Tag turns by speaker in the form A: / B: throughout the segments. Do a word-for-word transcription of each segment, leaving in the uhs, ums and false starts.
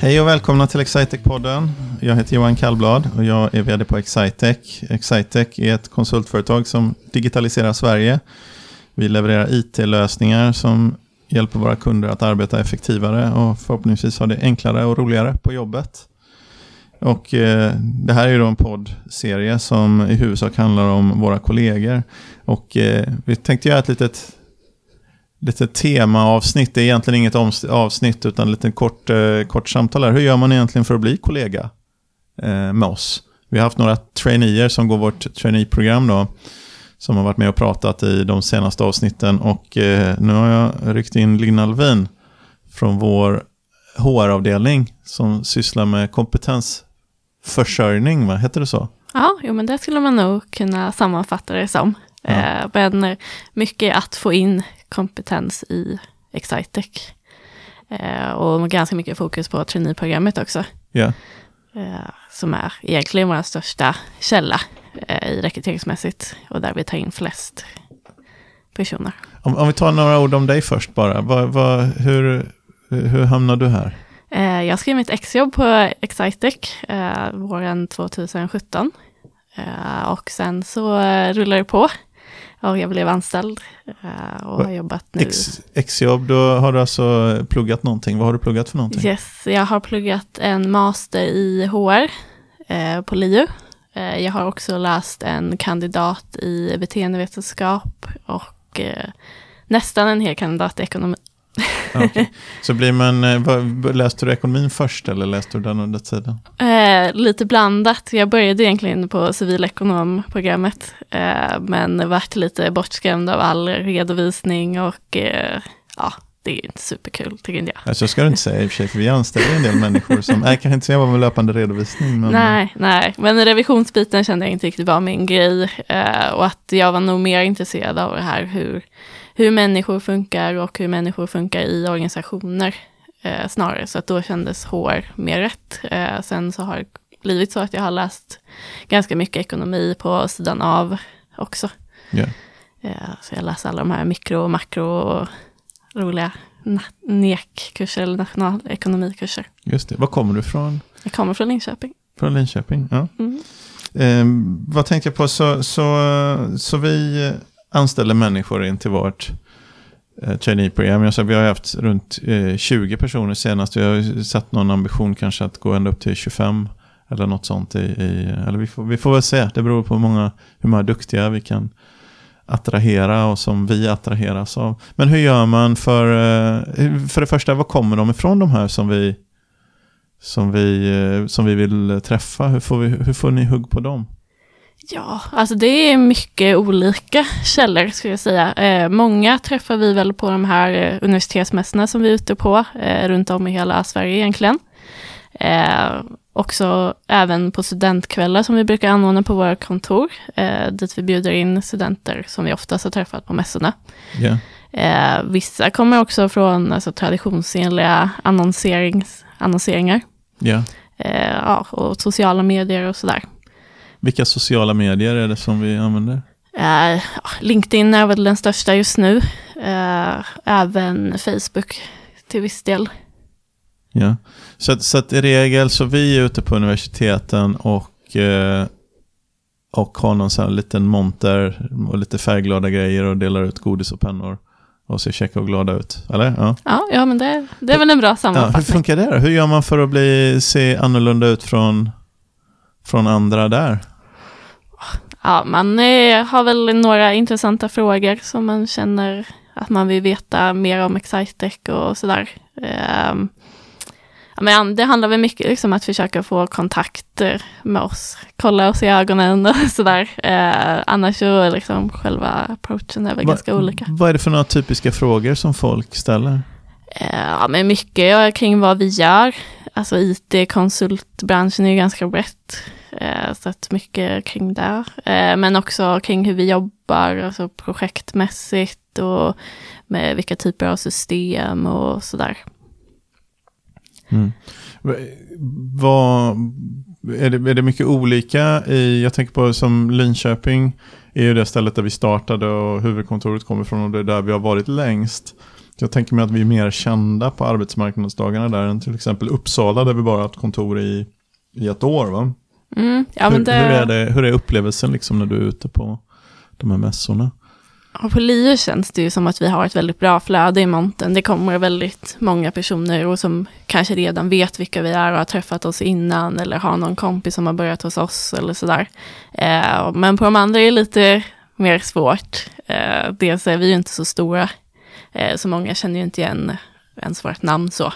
A: Hej och välkomna till Excitec-podden. Jag heter Johan Kallblad och jag är vd på Excitec. Excitec är ett konsultföretag som digitaliserar Sverige. Vi levererar I T-lösningar som hjälper våra kunder att arbeta effektivare och förhoppningsvis ha det enklare och roligare på jobbet. Och eh, det här är ju då en poddserie som i huvudsak handlar om våra kollegor. Och eh, vi tänkte göra ett litet, litet temaavsnitt. Det är egentligen inget avsnitt utan ett litet kort, eh, kort samtal här. Hur gör man egentligen för att bli kollega eh, med oss? Vi har haft några traineer som går vårt trainee-program då, som har varit med och pratat i de senaste avsnitten. Och eh, nu har jag ryckt in Lina Alvin från vår H R-avdelning som sysslar med kompetensförsörjning, vad heter det så?
B: Ja, jo, men det skulle man nog kunna sammanfatta det som. Ja. Eh, men mycket att få in kompetens i Excitec. Eh, och ganska mycket fokus på trainee-programmet också.
A: Ja.
B: Eh, som är egentligen vår största källa eh, i rekryteringsmässigt. Och där vi tar in flest personer.
A: Om, om vi tar några ord om dig först bara. Vad, vad, hur, hur hamnar du här?
B: Eh, jag skrev mitt exjobb på Excitec eh, våren tjugohundrasjutton. Uh, och sen så uh, rullar det på och jag blev anställd uh, och har jobbat nu.
A: Ex, exjobb, då har du alltså pluggat någonting. Vad har du pluggat för någonting?
B: Yes, jag har pluggat en master i H R uh, på L I U. Uh, jag har också läst en kandidat i beteendevetenskap och uh, nästan en hel kandidat i ekonomi.
A: Okay. Så blir man, vad, läste du ekonomin först eller läste du den under tiden?
B: Eh, lite blandat. Jag började egentligen på civilekonomprogrammet eh, men vart lite bortskrämd av all redovisning och eh, ja, det är inte superkul tycker jag.
A: Alltså ska du inte säga i och för sig, för vi anställer en del människor som är kanske inte så jobbar med löpande redovisning. Men...
B: Nej, nej, men revisionsbiten kände jag inte riktigt var min grej eh, och att jag var nog mer intresserad av det här hur hur människor funkar och hur människor funkar i organisationer eh, snarare. Så att då kändes H R mer rätt. Eh, sen så har det blivit så att jag har läst ganska mycket ekonomi på sidan av också.
A: Yeah.
B: Eh, så jag läser alla de här mikro och makro och roliga N E C-kurser eller nationalekonomikurser.
A: Just det. Var kommer du från?
B: Jag kommer från Linköping.
A: Från Linköping, ja.
B: Mm.
A: Eh, vad tänkte jag på? Så, så, så vi... anställer människor in till vårt eh, trainee-program. Jag sa, vi har haft runt eh, tjugo personer senast. Vi har satt någon ambition kanske att gå ända upp till tjugofem eller något sånt. I, i, eller vi får, vi får väl se. Det beror på många, hur många duktiga vi kan attrahera och som vi attraheras av. Men hur gör man för, eh, för det första, var kommer de ifrån de här som vi, som vi, eh, som vi vill träffa? Hur får, vi, hur får ni hugg på dem?
B: Ja, alltså det är mycket olika källor skulle jag säga. Eh, många träffar vi väl på de här eh, universitetsmässorna som vi är ute på eh, runt om i hela Sverige egentligen. Eh, också även på studentkvällar som vi brukar anordna på våra kontor. Eh, dit vi bjuder in studenter som vi oftast har träffat på mässorna.
A: Yeah.
B: Eh, vissa kommer också från alltså, traditionsenliga annonserings, annonseringar.
A: Yeah.
B: Eh, ja, och sociala medier och sådär.
A: Vilka sociala medier är det som vi använder?
B: Uh, LinkedIn är väl den största just nu. Uh, även Facebook till viss del.
A: Ja, så att, så att i regel så vi är ute på universiteten och, eh, och har någon sån här liten monter och lite färgglada grejer och delar ut godis och pennor och ser checka och glada ut, eller? Ja,
B: ja, ja men det, det är väl en bra sammanfattning.
A: Ja, hur funkar det då? Hur gör man för att bli, se annorlunda ut från, från andra där?
B: Ja, man eh, har väl några intressanta frågor som man känner att man vill veta mer om Excitec och sådär. Eh, ja, men det handlar väl mycket liksom om att försöka få kontakt med oss, kolla oss i ögonen och sådär. Eh, annars så liksom själva approachen är väl Va, ganska olika.
A: Vad är det för några typiska frågor som folk ställer?
B: Eh, ja, men mycket kring vad vi gör. Alltså I T-konsultbranschen är ju ganska brett. Eh, så att mycket kring det. Eh, men också kring hur vi jobbar, alltså projektmässigt och med vilka typer av system och sådär.
A: Mm. Vad, är, det, är det mycket olika i, jag tänker på som Linköping är ju det stället där vi startade och huvudkontoret kommer från och det är där vi har varit längst. Jag tänker mig att vi är mer kända på arbetsmarknadsdagarna där än till exempel Uppsala där vi bara har ett kontor i, i ett år, va?
B: Mm, ja, men det...
A: hur, hur, är det, hur är upplevelsen liksom när du är ute på de här mässorna?
B: Och på L I U känns det ju som att vi har ett väldigt bra flöde i Monten. Det kommer väldigt många personer och som kanske redan vet vilka vi är och har träffat oss innan eller har någon kompis som har börjat hos oss eller sådär. Eh, men på de andra är det lite mer svårt. Eh, dels är vi ju inte så stora, eh, så många känner ju inte igen ens vårt namn så.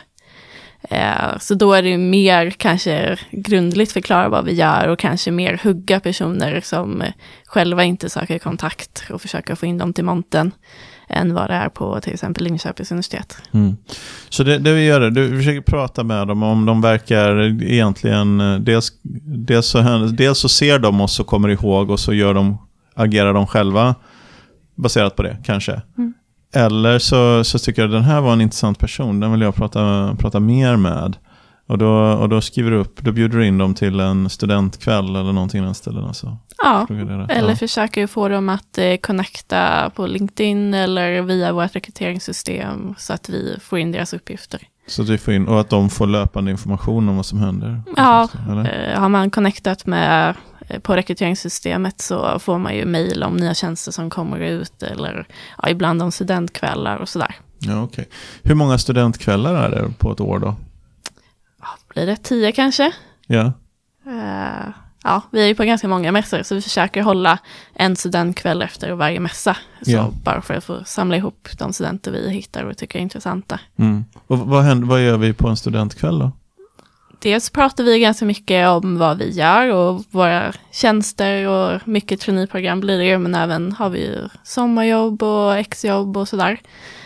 B: Eh, så då är det mer kanske grundligt förklara vad vi gör och kanske mer hugga personer som själva inte söker kontakt och försöker få in dem till Monten än vad det är på till exempel Linköpings universitet.
A: Mm. Så det, det vi gör är, du försöker prata med dem om de verkar egentligen, dels, dels, så, dels så ser de oss och kommer ihåg och så gör de, agerar de själva baserat på det kanske. Mm. Eller så, så tycker jag att den här var en intressant person. Den vill jag prata, prata mer med. Och då, och då skriver du upp, då bjuder du in dem till en studentkväll eller någonting i den ställen. Alltså.
B: Ja, eller ja. Försöker få dem att eh, connecta på LinkedIn eller via vårt rekryteringssystem så att vi får in deras uppgifter.
A: Så att vi får in, och att de får löpande information om vad som händer?
B: Ja, eh, har man connectat med på rekryteringssystemet så får man ju mejl om nya tjänster som kommer ut eller ja, ibland om studentkvällar och sådär.
A: Ja, okej. Okay. Hur många studentkvällar är det på ett år då?
B: Ja, blir det tio kanske?
A: Ja.
B: Uh, ja, vi är ju på ganska många mässor så vi försöker hålla en studentkväll efter varje mässa. Så ja. Bara för att få samla ihop de studenter vi hittar och tycker är intressanta.
A: Mm. Och vad, händer, vad gör vi på en studentkväll då?
B: Dels pratar vi ganska mycket om vad vi gör och våra tjänster och mycket traineeprogram blir det, men även har vi ju sommarjobb och exjobb och sådär.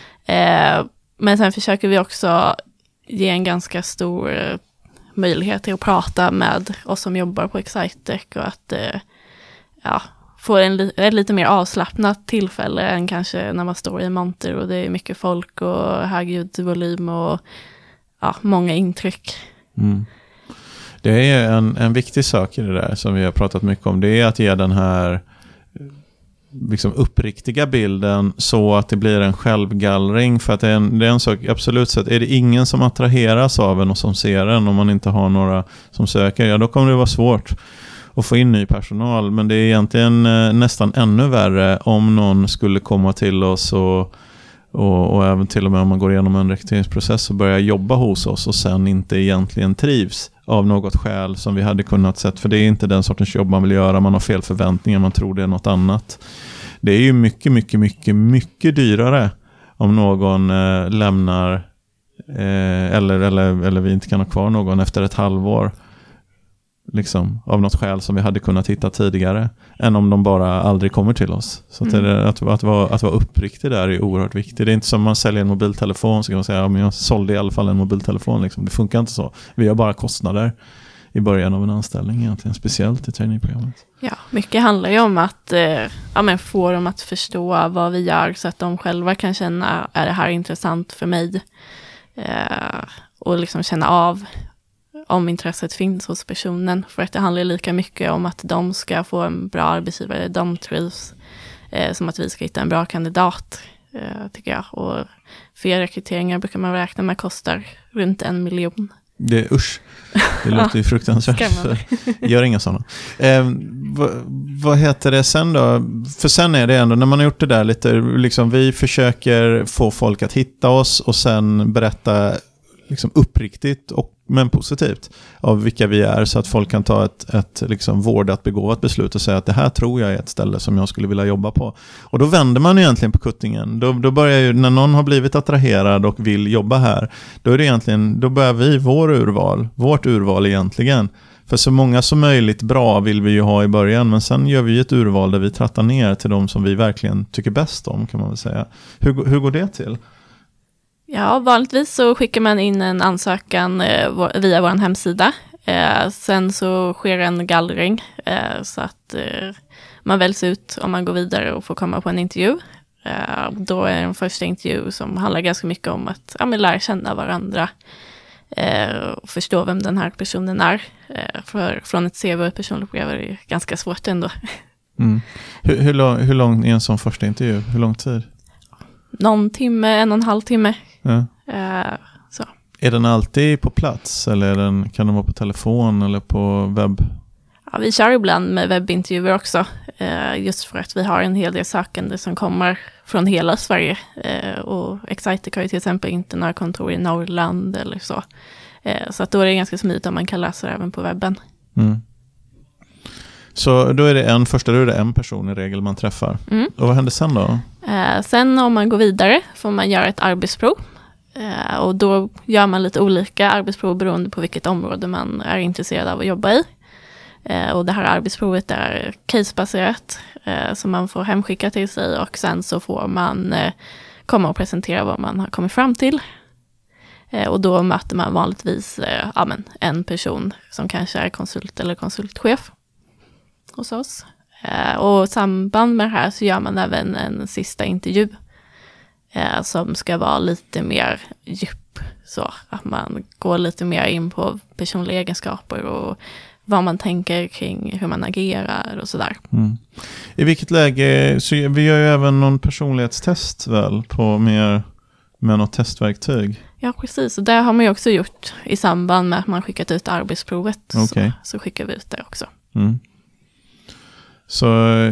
B: Eh, men sen försöker vi också ge en ganska stor eh, möjlighet till att prata med oss som jobbar på Excitec och att eh, ja, få en li- ett lite mer avslappnat tillfälle än kanske när man står i monter och det är mycket folk och hög ljudvolym och ja, många intryck.
A: Mm. Det är en, en viktig sak i det där som vi har pratat mycket om. Det är att ge den här liksom uppriktiga bilden så att det blir en självgallring. För att det är en, det är en sak, absolut sett, är det ingen som attraheras av en och som ser en om man inte har några som söker, ja då kommer det vara svårt att få in ny personal. Men det är egentligen eh, nästan ännu värre om någon skulle komma till oss och Och, och även till och med om man går igenom en rekryteringsprocess och börjar jobba hos oss och sen inte egentligen trivs av något skäl som vi hade kunnat sett. För det är inte den sortens jobb man vill göra. Man har fel förväntningar, man tror det är något annat. Det är ju mycket, mycket, mycket, mycket dyrare om någon eh, lämnar eh, eller, eller, eller vi inte kan ha kvar någon efter ett halvår. Liksom, av något skäl som vi hade kunnat hitta tidigare än om de bara aldrig kommer till oss. Så att, mm. det, att, att, vara, att vara uppriktig där är oerhört viktigt. Det är inte som man säljer en mobiltelefon så kan man säga, ja, men jag sålde i alla fall en mobiltelefon. Liksom. Det funkar inte så. Vi har bara kostnader i början av en anställning egentligen, speciellt i traineeprogrammet.
B: Ja, mycket handlar ju om att eh, ja, men få dem att förstå vad vi gör så att de själva kan känna, är det här intressant för mig? Eh, och liksom känna av om intresset finns hos personen. För att det handlar lika mycket om att de ska få en bra arbetsgivare, de trivs, eh, som att vi ska hitta en bra kandidat, eh, tycker jag. Och för rekryteringar brukar man räkna med kostar runt en miljon.
A: Det är usch. Det låter ju fruktansvärt. Gör inga sådana. Eh, vad, vad heter det sen då? För sen är det ändå, när man har gjort det där lite, liksom vi försöker få folk att hitta oss och sen berätta liksom uppriktigt och men positivt av vilka vi är så att folk kan ta ett, ett liksom vårdat begåvat beslut och säga att det här tror jag är ett ställe som jag skulle vilja jobba på. Och då vänder man egentligen på kuttingen. Då, då börjar ju, när någon har blivit attraherad och vill jobba här, då är det egentligen, då börjar vi vår urval, vårt urval egentligen. För så många som möjligt bra vill vi ju ha i början, men sen gör vi ett urval där vi trattar ner till de som vi verkligen tycker bäst om, kan man väl säga. Hur, hur går det till?
B: Ja, vanligtvis så skickar man in en ansökan eh, via vår hemsida. Eh, sen så sker en gallring eh, så att eh, man väljs ut om man går vidare och får komma på en intervju. Eh, då är det en första intervju som handlar ganska mycket om att ja, lära känna varandra eh, och förstå vem den här personen är. Eh, för från ett C V och ett personligt brev är det ganska svårt ändå.
A: Mm. Hur, hur, lång, hur lång är en sån första intervju? Hur lång tid?
B: någon timme, en och en halv timme.
A: Ja.
B: Uh, så.
A: Är den alltid på plats eller är den, kan den vara på telefon eller på webb?
B: Ja, vi kör ibland med webbintervjuer också. Uh, just för att vi har en hel del sökande som kommer från hela Sverige. Uh, och Excitec har ju till exempel inte några kontor i Norrland eller så. Uh, så att då är det ganska smidigt om man kan läsa det även på webben.
A: Mm. Så då är det en, första då är det en person i regel man träffar.
B: Mm.
A: Och vad händer sen då?
B: Eh, sen om man går vidare får man göra ett arbetsprov. Eh, och då gör man lite olika arbetsprov beroende på vilket område man är intresserad av att jobba i. Eh, och det här arbetsprovet är casebaserat. Eh, som man får hemskicka till sig och sen så får man eh, komma och presentera vad man har kommit fram till. Eh, och då möter man vanligtvis eh, ja, men en person som kanske är konsult eller konsultchef hos oss. Eh, och i samband med det här så gör man även en sista intervju eh, som ska vara lite mer djup. Så att man går lite mer in på personliga egenskaper och vad man tänker kring hur man agerar och sådär.
A: Mm. I vilket läge, så vi gör ju även någon personlighetstest väl på mer med något testverktyg?
B: Ja, precis. Och det har man ju också gjort i samband med att man skickat ut arbetsprovet.
A: Okay.
B: Så, så skickar vi ut det också.
A: Mm. Så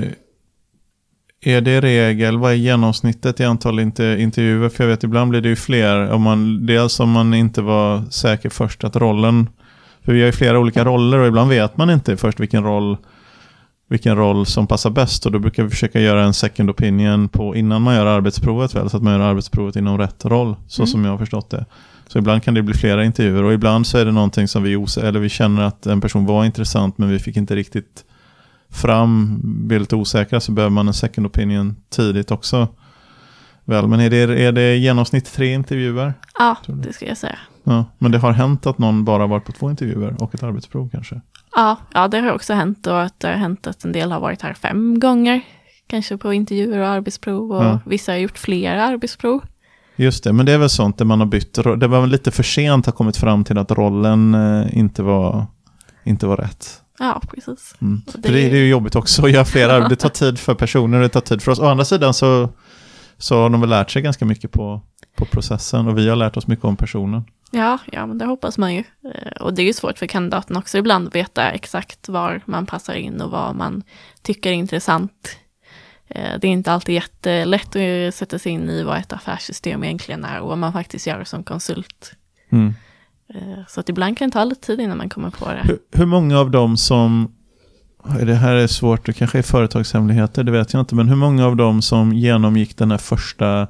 A: är det regel, vad är genomsnittet i antal intervjuer? För jag vet, ibland blir det ju fler. Om man, dels om man inte var säker först att rollen, för vi har ju flera olika roller och ibland vet man inte först vilken roll, vilken roll som passar bäst. Och då brukar vi försöka göra en second opinion på innan man gör arbetsprovet väl, så att man gör arbetsprovet inom rätt roll, så mm. som jag har förstått det. Så ibland kan det bli flera intervjuer och ibland så är det någonting som vi, os- eller vi känner att en person var intressant men vi fick inte riktigt fram, blir lite osäkra, så behöver man en second opinion tidigt också. Väl, men är det, är det genomsnitt tre intervjuer?
B: Ja, det ska jag säga.
A: Ja, men det har hänt att någon bara varit på två intervjuer och ett arbetsprov kanske?
B: Ja, ja, det har också hänt och att det har hänt att en del har varit här fem gånger. Kanske på intervjuer och arbetsprov och ja. Vissa har gjort flera arbetsprov. Just det,
A: men det är väl sånt där man har bytt. Det var väl lite för sent att ha kommit fram till att rollen inte var, inte var rätt.
B: Ja, precis.
A: Mm. Det, för det, det är ju jobbigt också att göra flera. Det tar tid för personer, det tar tid för oss. Å andra sidan så, så har de väl lärt sig ganska mycket på, på processen och vi har lärt oss mycket om personen.
B: Ja, ja, men det hoppas man ju. Och det är ju svårt för kandidaten också ibland att veta exakt var man passar in och vad man tycker är intressant. Det är inte alltid jättelätt att sätta sig in i vad ett affärssystem egentligen är och vad man faktiskt gör som konsult. Mm. Så att ibland kan det ta lite tid innan man kommer på det.
A: Hur, hur många av dem som, det här är svårt, det kanske är företagshemligheter, det vet jag inte, men hur många av dem som genomgick den här första,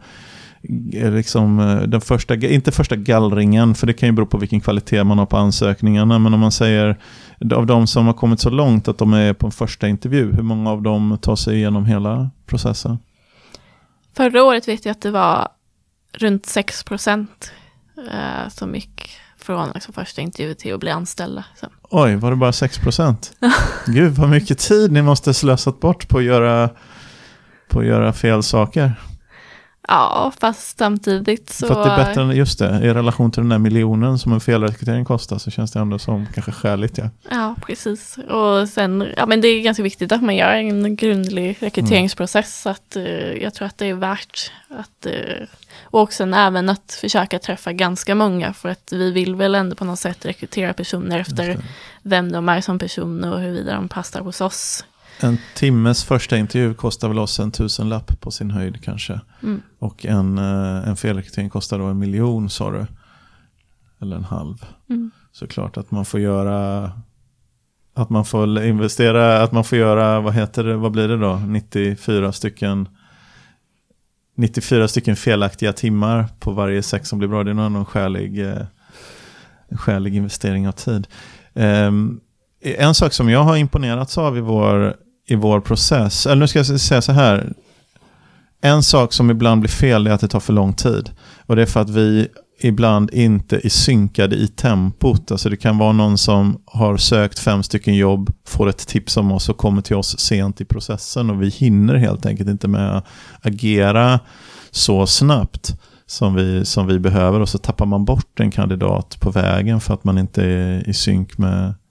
A: liksom, den första, inte första gallringen, för det kan ju bero på vilken kvalitet man har på ansökningarna, men om man säger av de som har kommit så långt att de är på en första intervju, hur många av dem tar sig igenom hela processen? Förra
B: året vet jag att det var runt sex procent eh, som gick från liksom första intervju till att bli anställda. Så.
A: Oj, var det bara sex procent? Gud, vad mycket tid ni måste slösat bort på att göra, på att göra fel saker.
B: Ja, fast samtidigt så...
A: För att det är bättre än, just det, i relation till den där miljonen som en felrekrytering kostar så känns det ändå som kanske skäligt, ja.
B: Ja, precis. Och sen, ja men det är ganska viktigt att man gör en grundlig rekryteringsprocess. Mm. Att, uh, jag tror att det är värt att... Uh, och sen även att försöka träffa ganska många för att vi vill väl ändå på något sätt rekrytera personer efter vem de är som personer och huruvida de passar hos oss.
A: En timmes första intervju kostar väl oss en tusen lapp på sin höjd kanske. Mm. Och en, en felrekrytering kostar då en miljon, sa du. Eller en halv. Mm. Så klart att man får göra, att man får investera, att man får göra, vad heter det, vad blir det då? nittiofyra stycken nittiofyra stycken felaktiga timmar på varje sex som blir bra. Det är nog en skälig, en skälig investering av tid. Um, en sak som jag har imponerats av i vår, i vår process, eller nu ska jag säga så här, en sak som ibland blir fel är att det tar för lång tid. Och det är för att vi ibland inte är synkade i tempot. Alltså det kan vara någon som har sökt fem stycken jobb, får ett tips om oss och kommer till oss sent i processen och vi hinner helt enkelt inte med att agera så snabbt som vi, som vi behöver och så tappar man bort en kandidat på vägen för att man inte är i synk med,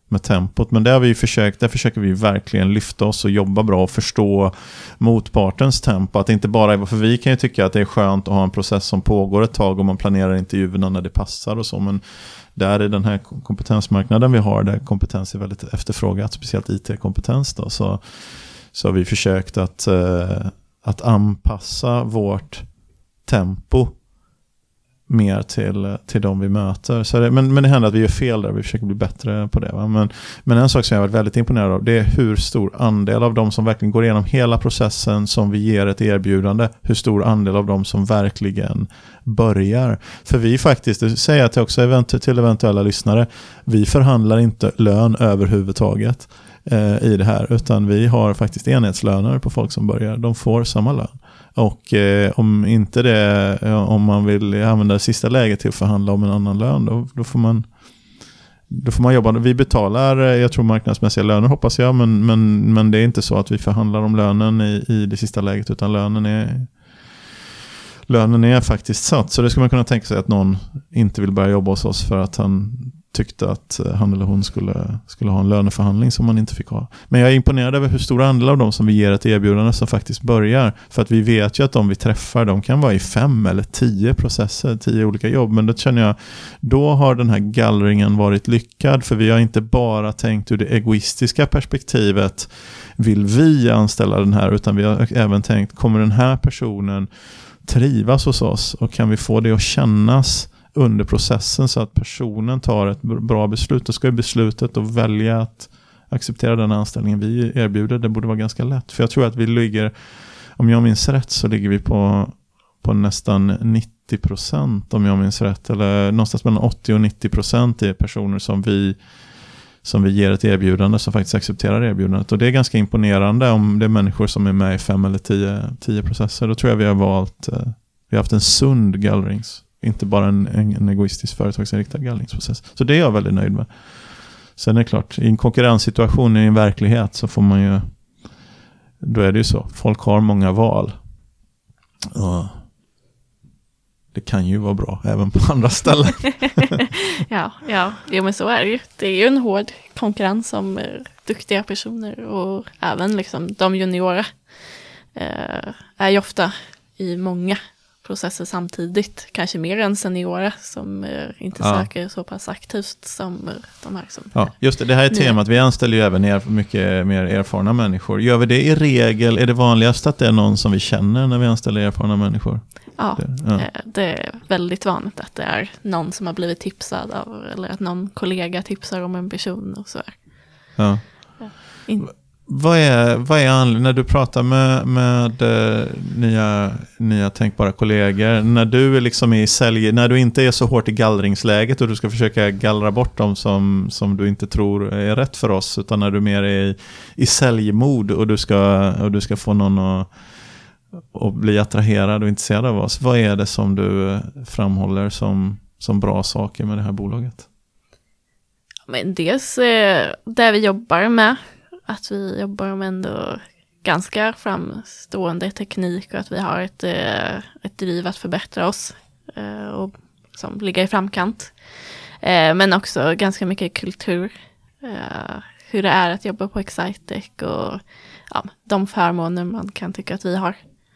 A: med tempot. Men där har vi försökt, där försöker vi verkligen lyfta oss och jobba bra och förstå motpartens tempo. Att inte bara, för vi kan ju tycka att det är skönt att ha en process som pågår ett tag och man planerar intervjuerna när det passar och så, men där i den här kompetensmarknaden vi har, där kompetens är väldigt efterfrågat, speciellt I T-kompetens då, så, så har vi försökt att, eh, att anpassa vårt tempo mer till, till de vi möter. Så det, men, men det händer att vi gör fel där, vi försöker bli bättre på det. Va? Men, men en sak som jag har varit väldigt imponerad av, det är hur stor andel av de som verkligen går igenom hela processen som vi ger ett erbjudande, hur stor andel av dem som verkligen börjar. För vi faktiskt, det säger jag till också event- till eventuella lyssnare, vi förhandlar inte lön överhuvudtaget eh, i det här, utan vi har faktiskt enhetslöner på folk som börjar. De får samma lön. Och eh, om inte det, om man vill använda det sista läget till att förhandla om en annan lön, då, då får man då får man jobba. Vi betalar, jag tror marknadsmässiga löner hoppas jag, men, men, men det är inte så att vi förhandlar om lönen i, i det sista läget, utan lönen är lönen är faktiskt satt. Så det skulle man kunna tänka sig att någon inte vill börja jobba hos oss för att han tyckte att han eller hon skulle, skulle ha en löneförhandling som man inte fick ha. Men jag är imponerad över hur stor andel av dem som vi ger ett erbjudande som faktiskt börjar. För att vi vet ju att de vi träffar, de kan vara i fem eller tio processer, tio olika jobb. Men då känner jag, då har den här gallringen varit lyckad. För vi har inte bara tänkt ur det egoistiska perspektivet, vill vi anställa den här, utan vi har även tänkt, kommer den här personen trivas hos oss och kan vi få det att kännas under processen så att personen tar ett bra beslut. Då ska ju beslutet att välja att acceptera den anställningen vi erbjuder, det borde vara ganska lätt. För jag tror att vi ligger, om jag minns rätt så ligger vi på, på nästan nittio procent om jag minns rätt, eller någonstans mellan åttio och nittio procent är personer som vi som vi ger ett erbjudande som faktiskt accepterar erbjudandet. Och det är ganska imponerande om det är människor som är med i fem eller tio, tio processer. Då tror jag vi har valt, eh, vi har haft en sund gallrings, inte bara en, en, en egoistisk företagsinriktad gallringsprocess. Så det är jag väldigt nöjd med. Sen är det klart, i en konkurrenssituation i en verklighet så får man ju, då är det ju så. Folk har många val. Och det kan ju vara bra även på andra ställen.
B: ja, ja. Jo, men så är det ju. Det är ju en hård konkurrens om eh, duktiga personer och även liksom de juniora eh, är ju ofta i många processer samtidigt, kanske mer än seniora som eh, inte
A: ja.
B: söker så pass aktivt som eh, de här som...
A: Ja, just det, det här är temat. Vi anställer ju även er, mycket mer erfarna människor. Gör vi det i regel? Är det vanligast att det är någon som vi känner när vi anställer erfarna människor?
B: Ja,
A: det, ja.
B: Eh, det är väldigt vanligt att det är någon som har blivit tipsad av, eller att någon kollega tipsar om en person och så.
A: Ja.
B: Ja. In-
A: Vad är, vad är anledningen när du pratar med, med uh, nya, nya tänkbara kollegor, när du är liksom i sälj, när du inte är så hårt i gallringsläget och du ska försöka gallra bort dem som, som du inte tror är rätt för oss, utan när du mer är i, i säljmod och du ska, och du ska få någon att, att bli attraherad och intresserad av oss, vad är det som du framhåller som, som bra saker med det här bolaget?
B: Men dels eh, där vi jobbar med, att vi jobbar med ändå ganska framstående teknik och att vi har ett, ett driv att förbättra oss och som ligger i framkant. Men också ganska mycket kultur. Hur det är att jobba på Excitec och ja, de förmåner man kan tycka att vi har.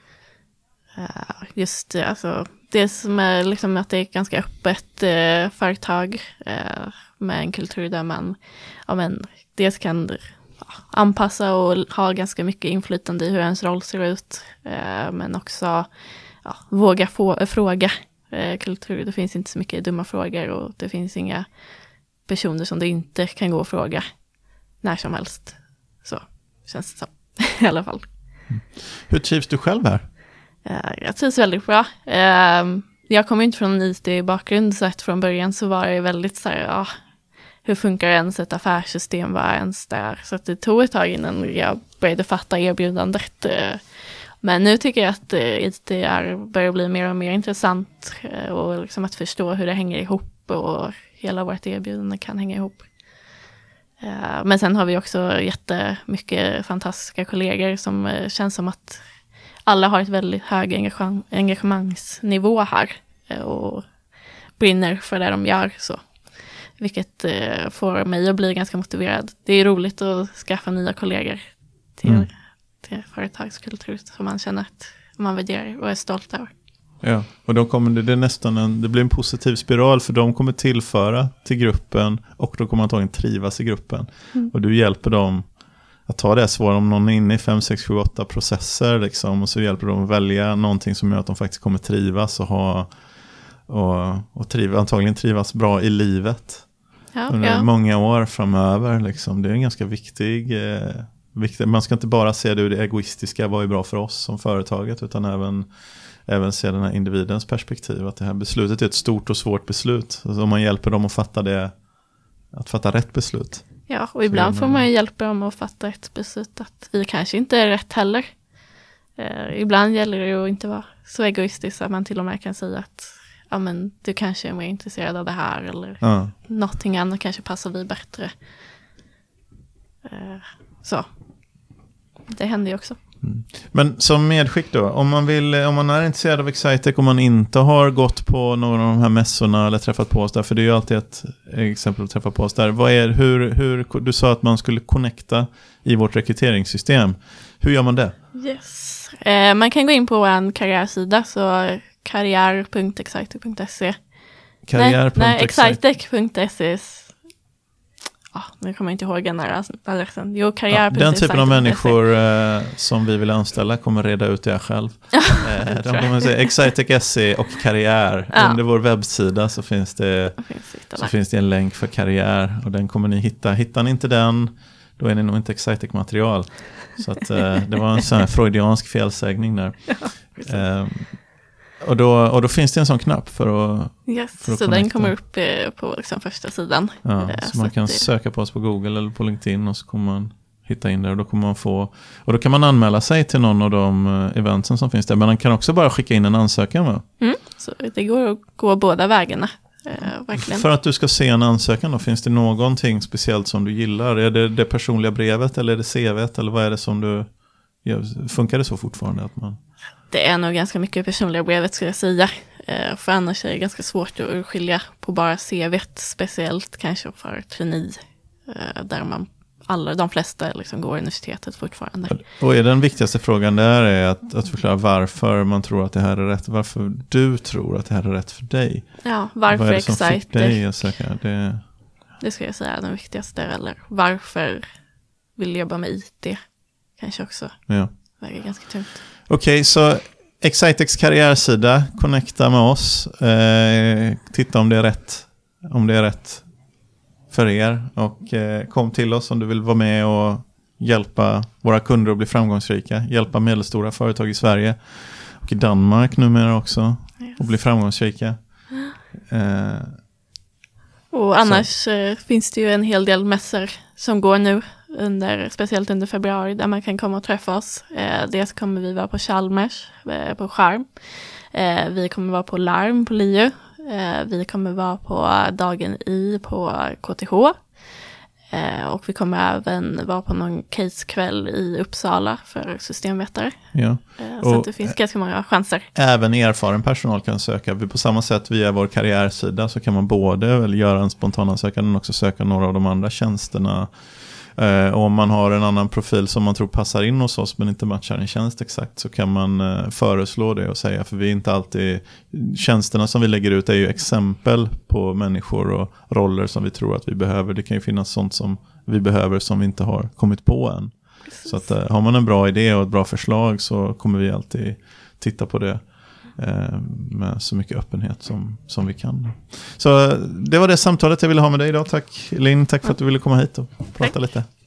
B: Just alltså, det som är liksom att det är ett ganska öppet företag med en kultur där man ja, men, dels kan anpassa och ha ganska mycket inflytande i hur ens roll ser ut. Eh, men också ja, våga få, fråga eh, kultur. Det finns inte så mycket dumma frågor och det finns inga personer som du inte kan gå och fråga när som helst. Så känns det som i alla fall.
A: Mm. Hur trivs du själv här?
B: Eh, jag trivs väldigt bra. Eh, jag kommer inte från en I T-bakgrund så att från början så var det väldigt så här, ja, hur funkar ens ett affärssystem, vad är ens där? Så att det tog ett tag innan jag började fatta erbjudandet. Men nu tycker jag att I T är, börjar bli mer och mer intressant och liksom att förstå hur det hänger ihop och hela vårt erbjudande kan hänga ihop. Men sen har vi också jättemycket fantastiska kollegor som känns som att alla har ett väldigt hög engagem- engagemangsnivå här och brinner för det de gör så. vilket eh, får mig att bli ganska motiverad. Det är roligt att skaffa nya kollegor till, mm. till företagskultur som man känner att man värderar och är stolt över.
A: Ja, och då kommer det, det, nästan en, det blir en positiv spiral för de kommer tillföra till gruppen och då kommer antagligen trivas i gruppen. Mm. Och du hjälper dem att ta det svåra om någon är inne i fem, sex, sju, åtta processer liksom, och så hjälper de att välja någonting som gör att de faktiskt kommer trivas och ha och, och triv, antagligen trivas bra i livet
B: ja,
A: under
B: ja.
A: många år framöver liksom. Det är en ganska viktig, eh, viktig man ska inte bara se det ur det egoistiska, vad är bra för oss som företaget, utan även även se den här individens perspektiv, att det här beslutet är ett stort och svårt beslut. Alltså om man hjälper dem att fatta det, att fatta rätt beslut.
B: Ja, och ibland får man ju hjälpa dem att fatta ett beslut att vi kanske inte är rätt heller. Eh, ibland gäller det ju att inte vara så egoistisk att man till och med kan säga att ja, men du kanske är mer intresserad av det här eller ja. Någonting annat kanske passar vi bättre. Eh, så. Det händer ju också.
A: Mm. Men som medskick då, om man vill, om man är intresserad av Excitec, om man inte har gått på någon av de här mässorna eller träffat på oss där, för det är ju alltid ett exempel att träffa på oss där. Vad är, hur, hur, du sa att man skulle connecta i vårt rekryteringssystem. Hur gör man det?
B: Yes. Eh, man kan gå in på vår karriärsida, så karriär punkt excitec punkt se.
A: Karriär.
B: Nej, nej excitec punkt se. Ah, nu kommer jag inte ihåg den här adressen. Jo, karriär.
A: Ja, den typen av människor eh, som vi vill anställa kommer reda ut det själv. eh, de kommer säga Excitec punkt se och karriär. Ja. Under vår webbsida så finns det finns så finns det en länk för karriär och den kommer ni hitta. Hittar ni inte den, då är ni nog inte Excitec-material. Så att eh, det var en sån här freudiansk felsägning där. Ja, eh, Och då, och då finns det en sån knapp för att...
B: Yes,
A: för att
B: så
A: connecta.
B: Den kommer upp eh, på liksom första sidan.
A: Ja,
B: eh,
A: så,
B: så
A: man kan
B: det...
A: söka på oss på Google eller på LinkedIn och så kommer man hitta in där. Och då kommer man få... Och då kan man anmäla sig till någon av de eventsen som finns där. Men man kan också bara skicka in en ansökan, va?
B: Mm, så det går att gå båda vägarna. Eh, verkligen.
A: För att du ska se en ansökan då, finns det någonting speciellt som du gillar? Är det det personliga brevet eller är det C V:t? Eller vad är det som du... Funkar det så fortfarande att man...
B: Det är nog ganska mycket personliga brevet, ska jag säga. Eh, för annars är det ganska svårt att urskilja på bara C V:t. Speciellt kanske för trainee. Eh, där man, alla, de flesta liksom går i universitetet fortfarande.
A: Och är den viktigaste frågan där är att, att förklara varför man tror att det här är rätt. Varför du tror att det här är rätt för dig.
B: Ja, varför
A: Vad är det som
B: Excitec?
A: fick dig att söka? Det...
B: det ska jag säga är den viktigaste. Eller varför vill jobba med I T? Kanske också.
A: Ja.
B: Väger ganska tungt.
A: Okej, okay, så Excitecs karriärsida, connecta med oss, eh, titta om det är rätt, om det är rätt för er och eh, kom till oss om du vill vara med och hjälpa våra kunder att bli framgångsrika, hjälpa medelstora företag i Sverige och i Danmark numera också yes. och bli framgångsrika. Eh,
B: och annars eh, finns det ju en hel del mässor som går nu. Under, speciellt under februari där man kan komma och träffa oss. Eh, dels kommer vi vara på Chalmers eh, på Charm. Eh, vi kommer vara på Larm på L I U. Eh, vi kommer vara på Dagen I på K T H. Eh, och vi kommer även vara på någon casekväll i Uppsala för systemvetare.
A: Ja.
B: Eh, så att det finns ganska många chanser.
A: Även erfaren personal kan söka. På samma sätt via vår karriärsida så kan man både väl göra en spontan ansökan men också söka några av de andra tjänsterna. Uh, och om man har en annan profil som man tror passar in hos oss men inte matchar en tjänst exakt så kan man uh, föreslå det och säga, för vi är inte alltid, tjänsterna som vi lägger ut är ju exempel på människor och roller som vi tror att vi behöver. Det kan ju finnas sånt som vi behöver som vi inte har kommit på än. Precis. Så att uh, har man en bra idé och ett bra förslag så kommer vi alltid titta på det uh, med så mycket öppenhet som, som vi kan. Så uh, det var det samtalet jag ville ha med dig idag. Tack Linn, tack för att du ville komma hit och prata tack. lite.